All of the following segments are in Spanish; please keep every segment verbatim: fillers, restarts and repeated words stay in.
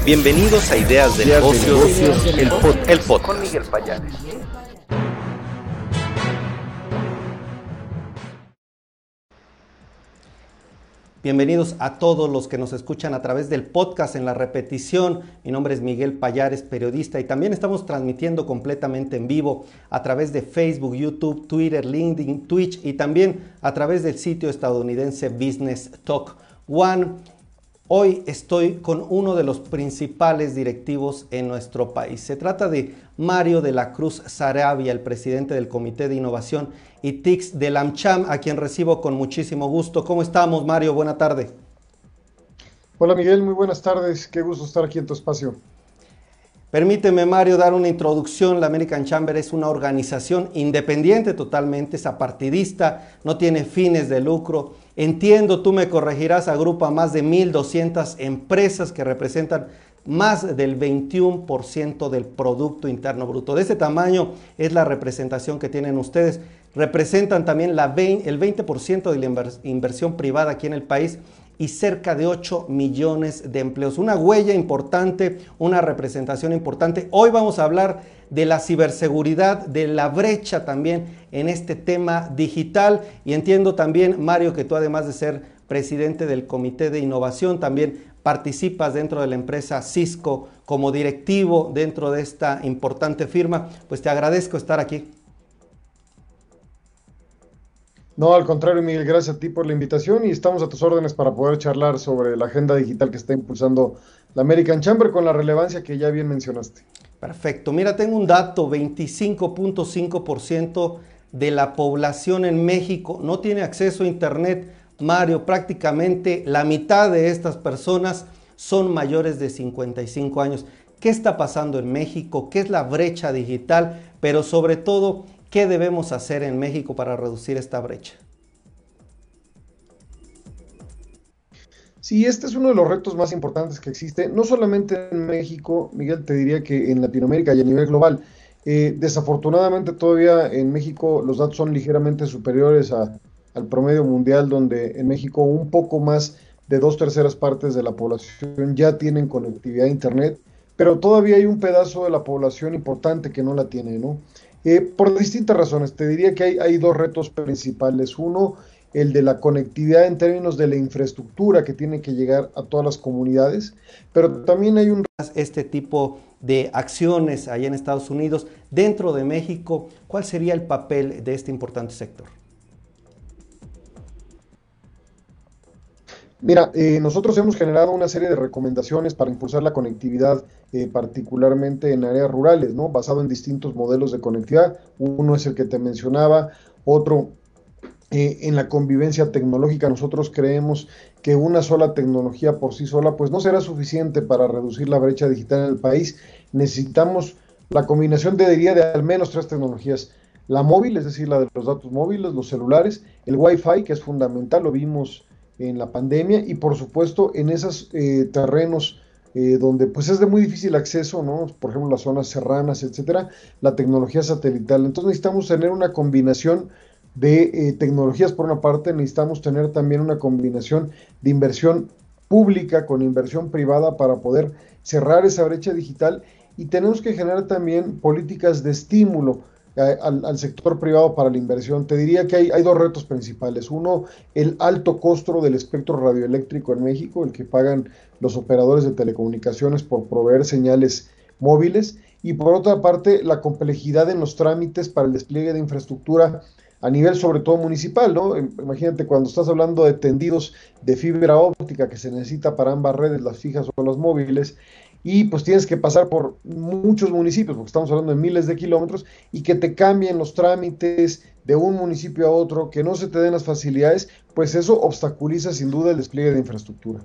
Bienvenidos a Ideas de Ideas de Negocios, Negocios, el, el pod- podcast. el podcast. Con Miguel Payares. Bienvenidos a todos los que nos escuchan a través del podcast en la repetición. Mi nombre es Miguel Payares, periodista, y también estamos transmitiendo completamente en vivo a través de Facebook, YouTube, Twitter, LinkedIn, Twitch y también a través del sitio estadounidense Business Talk One. Hoy estoy con uno de los principales directivos en nuestro país. Se trata de Mario de la Cruz Saravia, el presidente del Comité de Innovación y T I C de la AmCham, a quien recibo con muchísimo gusto. ¿Cómo estamos, Mario? Buena tarde. Hola Miguel, muy buenas tardes, qué gusto estar aquí en tu espacio. Permíteme, Mario, dar una introducción. La American Chamber es una organización independiente totalmente, es apartidista, no tiene fines de lucro. Entiendo, tú me corregirás, agrupa más de mil doscientas empresas que representan más del veintiuno por ciento del Producto Interno Bruto. De ese tamaño es la representación que tienen ustedes. Representan también la veinte, el veinte por ciento de la invers- inversión privada aquí en el país y cerca de ocho millones de empleos. Una huella importante, una representación importante. Hoy vamos a hablar de la ciberseguridad, de la brecha también en este tema digital. Y entiendo también, Mario, que tú, además de ser presidente del Comité de Innovación, también participas dentro de la empresa Cisco como directivo dentro de esta importante firma. Pues te agradezco estar aquí. No, al contrario, Miguel, gracias a ti por la invitación y estamos a tus órdenes para poder charlar sobre la agenda digital que está impulsando la American Chamber con la relevancia que ya bien mencionaste. Perfecto. Mira, tengo un dato: veinticinco punto cinco por ciento de la población en México no tiene acceso a Internet. Mario, prácticamente la mitad de estas personas son mayores de cincuenta y cinco años. ¿Qué está pasando en México? ¿Qué es la brecha digital? Pero sobre todo, ¿qué debemos hacer en México para reducir esta brecha? Sí, este es uno de los retos más importantes que existe, no solamente en México, Miguel, te diría que en Latinoamérica y a nivel global. Eh, desafortunadamente todavía en México los datos son ligeramente superiores a, al promedio mundial, donde en México un poco más de dos terceras partes de la población ya tienen conectividad a Internet, pero todavía hay un pedazo de la población importante que no la tiene, ¿no? Eh, por distintas razones, te diría que hay, hay dos retos principales. Uno, el de la conectividad en términos de la infraestructura que tiene que llegar a todas las comunidades, pero también hay un... Este tipo de acciones allá en Estados Unidos, dentro de México, ¿cuál sería el papel de este importante sector? Mira, eh, nosotros hemos generado una serie de recomendaciones para impulsar la conectividad, eh, particularmente en áreas rurales, ¿no? Basado en distintos modelos de conectividad. Uno es el que te mencionaba, otro eh, en la convivencia tecnológica. Nosotros creemos que una sola tecnología por sí sola pues no será suficiente para reducir la brecha digital en el país. Necesitamos la combinación de, diría, de al menos tres tecnologías. La móvil, es decir, la de los datos móviles, los celulares, el Wi-Fi, que es fundamental, lo vimos en la pandemia, y por supuesto en esos eh, terrenos eh, donde pues es de muy difícil acceso, ¿no? Por ejemplo, las zonas serranas, etcétera, la tecnología satelital. Entonces necesitamos tener una combinación de eh, tecnologías por una parte, necesitamos tener también una combinación de inversión pública con inversión privada para poder cerrar esa brecha digital, y tenemos que generar también políticas de estímulo Al, al sector privado para la inversión. Te diría que hay, hay dos retos principales. Uno, el alto costo del espectro radioeléctrico en México, el que pagan los operadores de telecomunicaciones por proveer señales móviles, y por otra parte, la complejidad en los trámites para el despliegue de infraestructura a nivel sobre todo municipal, ¿no? Imagínate cuando estás hablando de tendidos de fibra óptica que se necesita para ambas redes, las fijas o las móviles, y pues tienes que pasar por muchos municipios, porque estamos hablando de miles de kilómetros, y que te cambien los trámites de un municipio a otro, que no se te den las facilidades, pues eso obstaculiza sin duda el despliegue de infraestructura.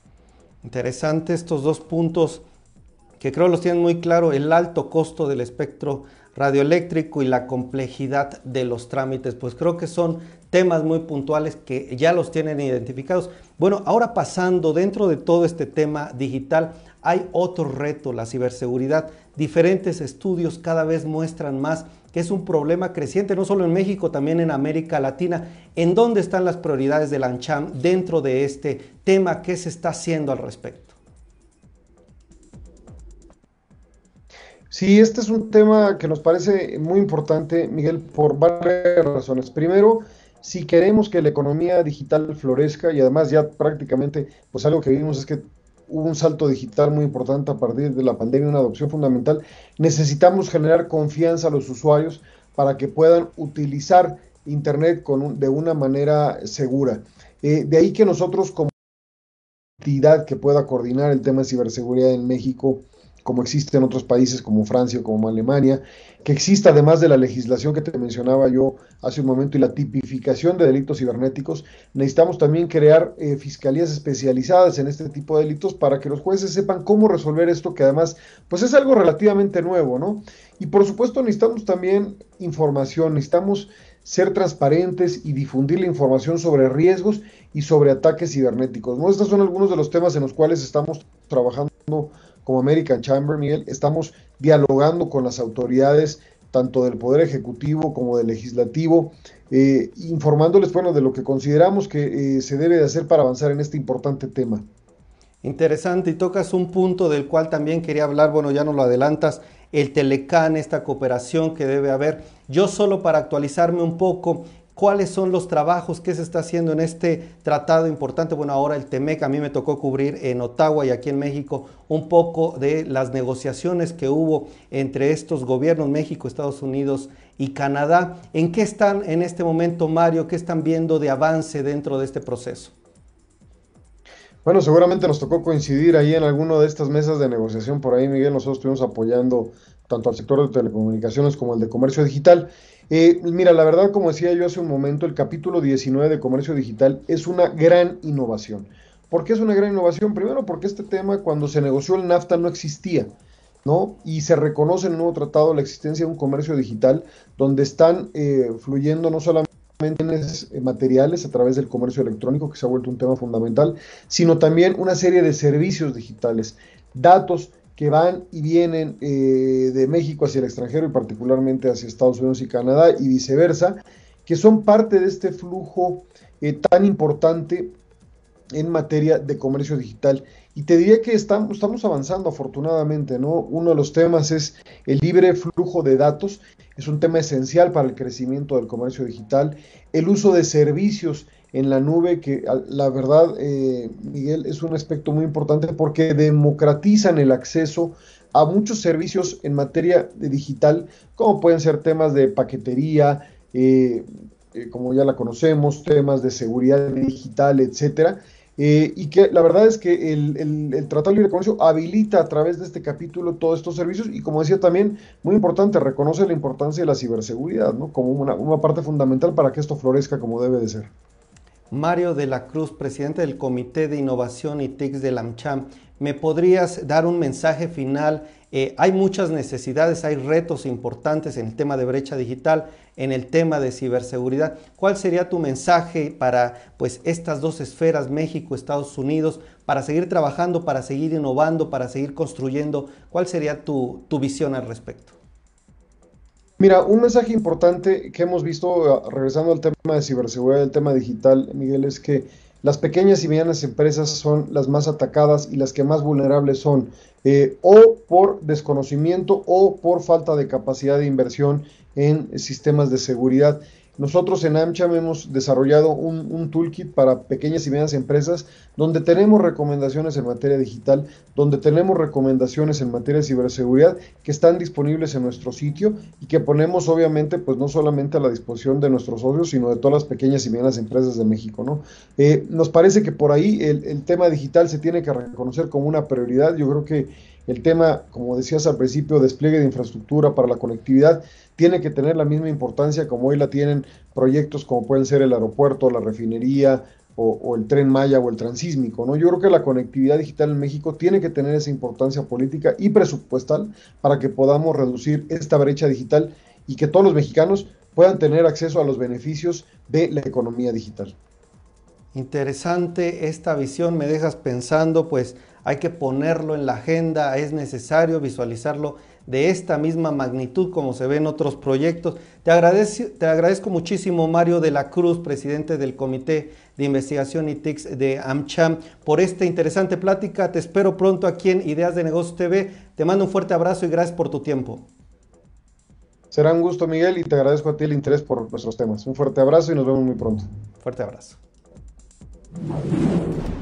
Interesante estos dos puntos que creo los tienen muy claro: el alto costo del espectro radioeléctrico y la complejidad de los trámites. Pues creo que son temas muy puntuales que ya los tienen identificados. Bueno, ahora pasando dentro de todo este tema digital, hay otro reto, la ciberseguridad. Diferentes estudios cada vez muestran más que es un problema creciente, no solo en México, también en América Latina. ¿En dónde están las prioridades de la AmCham dentro de este tema? ¿Qué se está haciendo al respecto? Sí, este es un tema que nos parece muy importante, Miguel, por varias razones. Primero, si queremos que la economía digital florezca, y además ya prácticamente, pues algo que vimos es que hubo un salto digital muy importante a partir de la pandemia, una adopción fundamental, necesitamos generar confianza a los usuarios para que puedan utilizar Internet con un- de una manera segura. Eh, de ahí que nosotros como entidad que pueda coordinar el tema de ciberseguridad en México, como existe en otros países como Francia o como Alemania, que exista además de la legislación que te mencionaba yo hace un momento y la tipificación de delitos cibernéticos, necesitamos también crear eh, fiscalías especializadas en este tipo de delitos para que los jueces sepan cómo resolver esto, que además pues es algo relativamente nuevo, ¿no? Y por supuesto necesitamos también información, necesitamos ser transparentes y difundir la información sobre riesgos y sobre ataques cibernéticos, ¿no? Estos son algunos de los temas en los cuales estamos trabajando como American Chamber, Miguel. Estamos dialogando con las autoridades, tanto del Poder Ejecutivo como del Legislativo, eh, informándoles, bueno, de lo que consideramos que eh, se debe de hacer para avanzar en este importante tema. Interesante, y tocas un punto del cual también quería hablar, bueno, ya nos lo adelantas, el Telecán, esta cooperación que debe haber. Yo solo para actualizarme un poco, ¿cuáles son los trabajos que se está haciendo en este tratado importante? Bueno, ahora el TEMEC, a mí me tocó cubrir en Ottawa y aquí en México un poco de las negociaciones que hubo entre estos gobiernos, México, Estados Unidos y Canadá. ¿En qué están en este momento, Mario? ¿Qué están viendo de avance dentro de este proceso? Bueno, seguramente nos tocó coincidir ahí en alguna de estas mesas de negociación por ahí, Miguel. Nosotros estuvimos apoyando tanto al sector de telecomunicaciones como al de comercio digital. Eh, mira, la verdad, como decía yo hace un momento, el capítulo diecinueve de comercio digital es una gran innovación. ¿Por qué es una gran innovación? Primero, porque este tema, cuando se negoció el NAFTA, no existía, ¿no? Y se reconoce en el nuevo tratado la existencia de un comercio digital donde están eh, fluyendo no solamente bienes materiales a través del comercio electrónico, que se ha vuelto un tema fundamental, sino también una serie de servicios digitales, datos que van y vienen eh, de México hacia el extranjero y particularmente hacia Estados Unidos y Canadá y viceversa, que son parte de este flujo eh, tan importante en materia de comercio digital. Y te diría que estamos, estamos avanzando afortunadamente, ¿no? Uno de los temas es el libre flujo de datos, es un tema esencial para el crecimiento del comercio digital, el uso de servicios en la nube, que la verdad, eh, Miguel, es un aspecto muy importante porque democratizan el acceso a muchos servicios en materia de digital, como pueden ser temas de paquetería, eh, eh, como ya la conocemos, temas de seguridad digital, etcétera. Eh, y que la verdad es que el, el, el Tratado de Libre Comercio habilita a través de este capítulo todos estos servicios y como decía también, muy importante, reconoce la importancia de la ciberseguridad, ¿no? Como una, una parte fundamental para que esto florezca como debe de ser. Mario de la Cruz, presidente del Comité de Innovación y T I Cs de la AmCham, ¿me podrías dar un mensaje final? Eh, hay muchas necesidades, hay retos importantes en el tema de brecha digital, en el tema de ciberseguridad. ¿Cuál sería tu mensaje para pues, estas dos esferas, México, Estados Unidos, para seguir trabajando, para seguir innovando, para seguir construyendo? ¿Cuál sería tu, tu visión al respecto? Mira, un mensaje importante que hemos visto, uh, regresando al tema de ciberseguridad, el tema digital, Miguel, es que las pequeñas y medianas empresas son las más atacadas y las que más vulnerables son, eh, o por desconocimiento o por falta de capacidad de inversión en sistemas de seguridad. Nosotros en AmCham hemos desarrollado un, un toolkit para pequeñas y medianas empresas donde tenemos recomendaciones en materia digital, donde tenemos recomendaciones en materia de ciberseguridad que están disponibles en nuestro sitio y que ponemos obviamente pues no solamente a la disposición de nuestros socios, sino de todas las pequeñas y medianas empresas de México, ¿no? Eh, nos parece que por ahí el, el tema digital se tiene que reconocer como una prioridad. Yo creo que el tema, como decías al principio, despliegue de infraestructura para la conectividad, tiene que tener la misma importancia como hoy la tienen proyectos como pueden ser el aeropuerto, la refinería o, o el tren Maya o el transísmico, ¿no? Yo creo que la conectividad digital en México tiene que tener esa importancia política y presupuestal para que podamos reducir esta brecha digital y que todos los mexicanos puedan tener acceso a los beneficios de la economía digital. Interesante esta visión, me dejas pensando, pues hay que ponerlo en la agenda, es necesario visualizarlo de esta misma magnitud como se ve en otros proyectos. Te agradezco, te agradezco muchísimo, Mario de la Cruz, presidente del Comité de Investigación y T I C S de AmCham, por esta interesante plática. Te espero pronto aquí en Ideas de Negocios T V. Te mando un fuerte abrazo y gracias por tu tiempo. Será un gusto, Miguel, y te agradezco a ti el interés por nuestros temas. Un fuerte abrazo y nos vemos muy pronto. Fuerte abrazo.